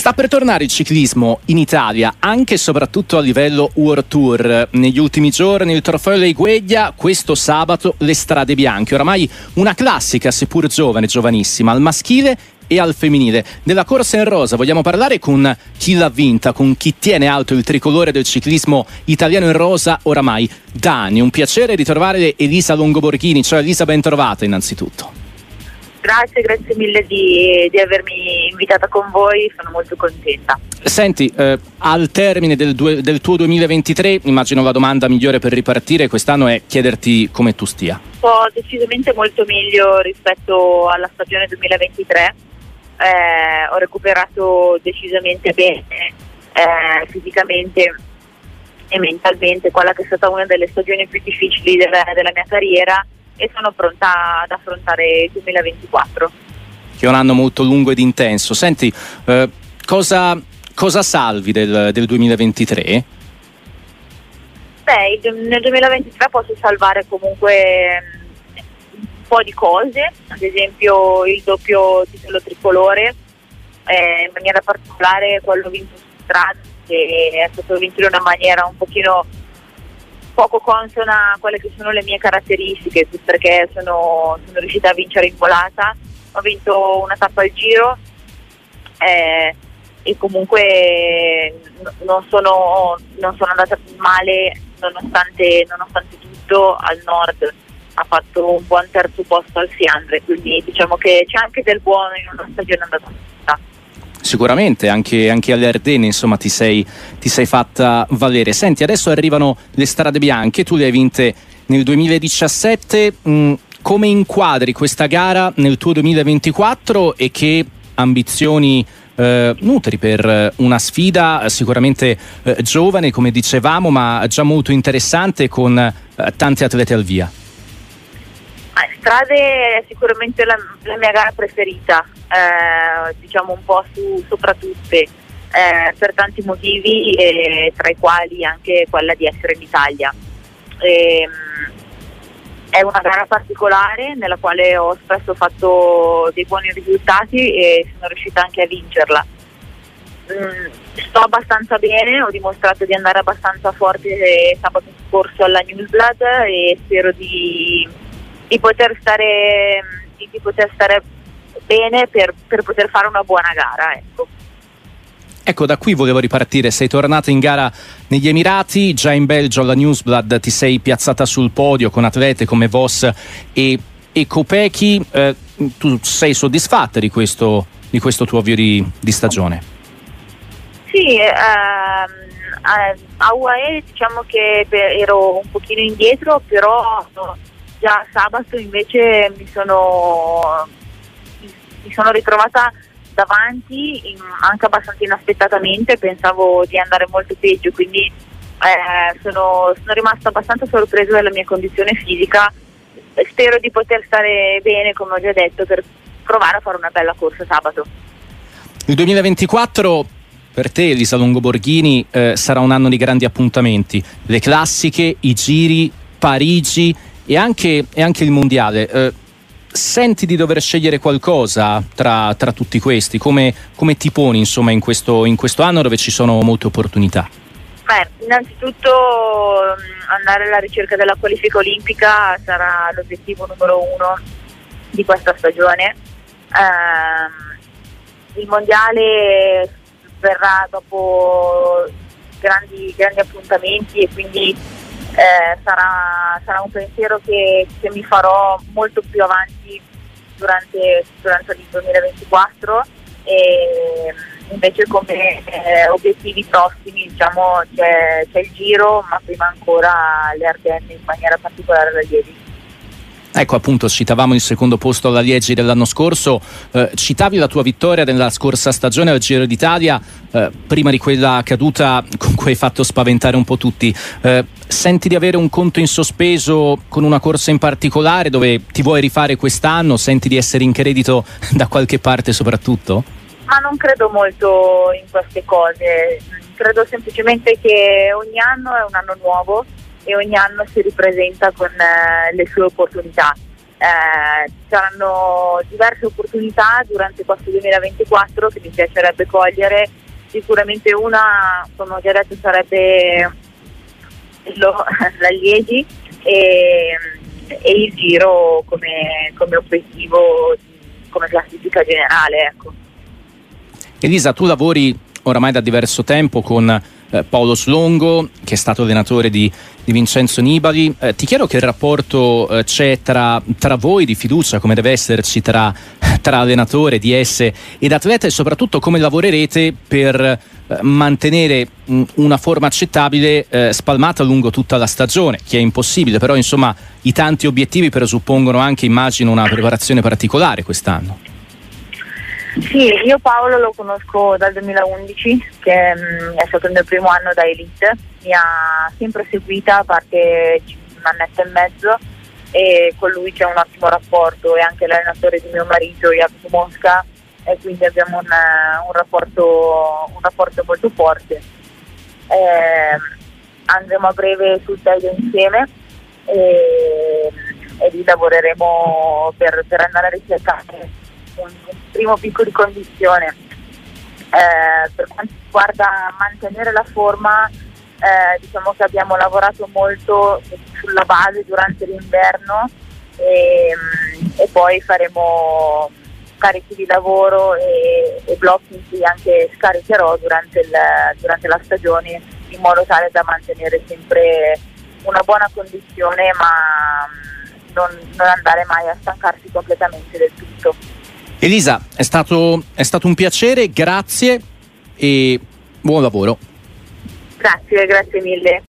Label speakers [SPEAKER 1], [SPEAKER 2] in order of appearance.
[SPEAKER 1] Sta per tornare il ciclismo in Italia, anche e soprattutto a livello World Tour. Negli ultimi giorni il trofeo Leigueglia, questo sabato le strade bianche. Oramai una classica, seppur giovane, giovanissima, al maschile e al femminile. Della corsa in rosa vogliamo parlare con chi l'ha vinta, con chi tiene alto il tricolore del ciclismo italiano in rosa oramai da anni. Un piacere ritrovare Elisa Longoborghini. Ciao Elisa, ben trovata innanzitutto.
[SPEAKER 2] Grazie mille di avermi invitata con voi, sono molto contenta.
[SPEAKER 1] Senti, al termine del tuo 2023, immagino la domanda migliore per ripartire quest'anno è chiederti come tu stia.
[SPEAKER 2] Sto decisamente molto meglio rispetto alla stagione 2023, ho recuperato decisamente bene fisicamente e mentalmente quella che è stata una delle stagioni più difficili della mia carriera, e sono pronta ad affrontare il 2024.
[SPEAKER 1] Che è un anno molto lungo ed intenso. Senti, cosa salvi del 2023?
[SPEAKER 2] Nel 2023 posso salvare comunque un po' di cose, ad esempio il doppio titolo tricolore, in maniera particolare quello vinto su strada, che è stato vinto in una maniera un pochino poco consona a quelle che sono le mie caratteristiche, perché sono riuscita a vincere in volata. Ho vinto una tappa al Giro e comunque non sono andata male nonostante tutto. Al nord ha fatto un buon terzo posto al Fiandre, quindi diciamo che c'è anche del buono in una stagione andata tutta.
[SPEAKER 1] Sicuramente anche alle Ardenne, insomma, ti sei fatta valere. Senti, adesso arrivano le strade bianche, tu le hai vinte nel 2017, come inquadri questa gara nel tuo 2024 e che ambizioni nutri per una sfida sicuramente giovane, come dicevamo, ma già molto interessante, con tanti atleti al via?
[SPEAKER 2] Strade è sicuramente la mia gara preferita, diciamo un po' sopra tutte, per tanti motivi, tra i quali anche quella di essere in Italia. È una gara particolare nella quale ho spesso fatto dei buoni risultati e sono riuscita anche a vincerla. Sto abbastanza bene, ho dimostrato di andare abbastanza forte sabato scorso alla Newsblad e spero di poter stare bene per poter fare una buona gara, ecco, da qui volevo ripartire. Sei tornata in gara negli Emirati, già in Belgio alla Newsblad ti sei piazzata sul podio con atlete come Vos e Kopecky. Tu sei soddisfatta di questo tuo avvio di stagione? Sì, a UAE diciamo che ero un pochino indietro, però già sabato invece mi sono ritrovata davanti, anche abbastanza inaspettatamente. Pensavo di andare molto peggio, quindi sono rimasta abbastanza sorpresa della mia condizione fisica. Spero di poter stare bene, come ho già detto, per provare a fare una bella corsa sabato.
[SPEAKER 1] Il 2024 per te, Elisa Longoborghini, sarà un anno di grandi appuntamenti, le classiche, i giri, Parigi e anche il mondiale. Senti di dover scegliere qualcosa tra tutti questi? Come ti poni, insomma, in questo anno dove ci sono molte opportunità?
[SPEAKER 2] Innanzitutto andare alla ricerca della qualifica olimpica sarà l'obiettivo numero 1 di questa stagione. Il mondiale verrà dopo grandi appuntamenti e quindi sarà un pensiero che mi farò molto più avanti durante il 2024, e invece come obiettivi prossimi, diciamo, c'è il Giro, ma prima ancora le Ardenne, in maniera particolare la Liegi.
[SPEAKER 1] Ecco, appunto, citavamo il secondo posto alla Liegi dell'anno scorso, citavi la tua vittoria nella scorsa stagione al Giro d'Italia, prima di quella caduta con cui hai fatto spaventare un po' tutti. Senti di avere un conto in sospeso con una corsa in particolare dove ti vuoi rifare quest'anno? Senti di essere in credito da qualche parte soprattutto?
[SPEAKER 2] Ma non credo molto in queste cose, credo semplicemente che ogni anno è un anno nuovo e ogni anno si ripresenta con le sue opportunità. Ci saranno diverse opportunità durante questo 2024 che mi piacerebbe cogliere. Sicuramente una, come ho già detto, sarebbe la Liegi e il Giro come obiettivo, come classifica generale, ecco.
[SPEAKER 1] Elisa, tu lavori oramai da diverso tempo con Paolo Slongo, che è stato allenatore di Vincenzo Nibali. Ti chiedo che rapporto c'è tra voi di fiducia, come deve esserci tra allenatore, DS ed atleta, e soprattutto come lavorerete per mantenere una forma accettabile spalmata lungo tutta la stagione, che è impossibile, però insomma i tanti obiettivi presuppongono anche, immagino, una preparazione particolare quest'anno.
[SPEAKER 2] Sì, io Paolo lo conosco dal 2011, che è stato il mio primo anno da Elite, mi ha sempre seguita, a parte un annetto e mezzo, e con lui c'è un ottimo rapporto, è anche l'allenatore di mio marito, Jacopo Mosca, e quindi abbiamo un rapporto molto forte. Andremo a breve sul taglio insieme e lì lavoreremo per andare a ricercare un primo picco di condizione. Per quanto riguarda mantenere la forma, diciamo che abbiamo lavorato molto sulla base durante l'inverno e poi faremo carichi di lavoro e blocchi in cui anche scaricherò durante la stagione, in modo tale da mantenere sempre una buona condizione, ma non andare mai a stancarsi completamente del tutto.
[SPEAKER 1] Elisa, è stato un piacere, grazie e buon lavoro.
[SPEAKER 2] Grazie mille.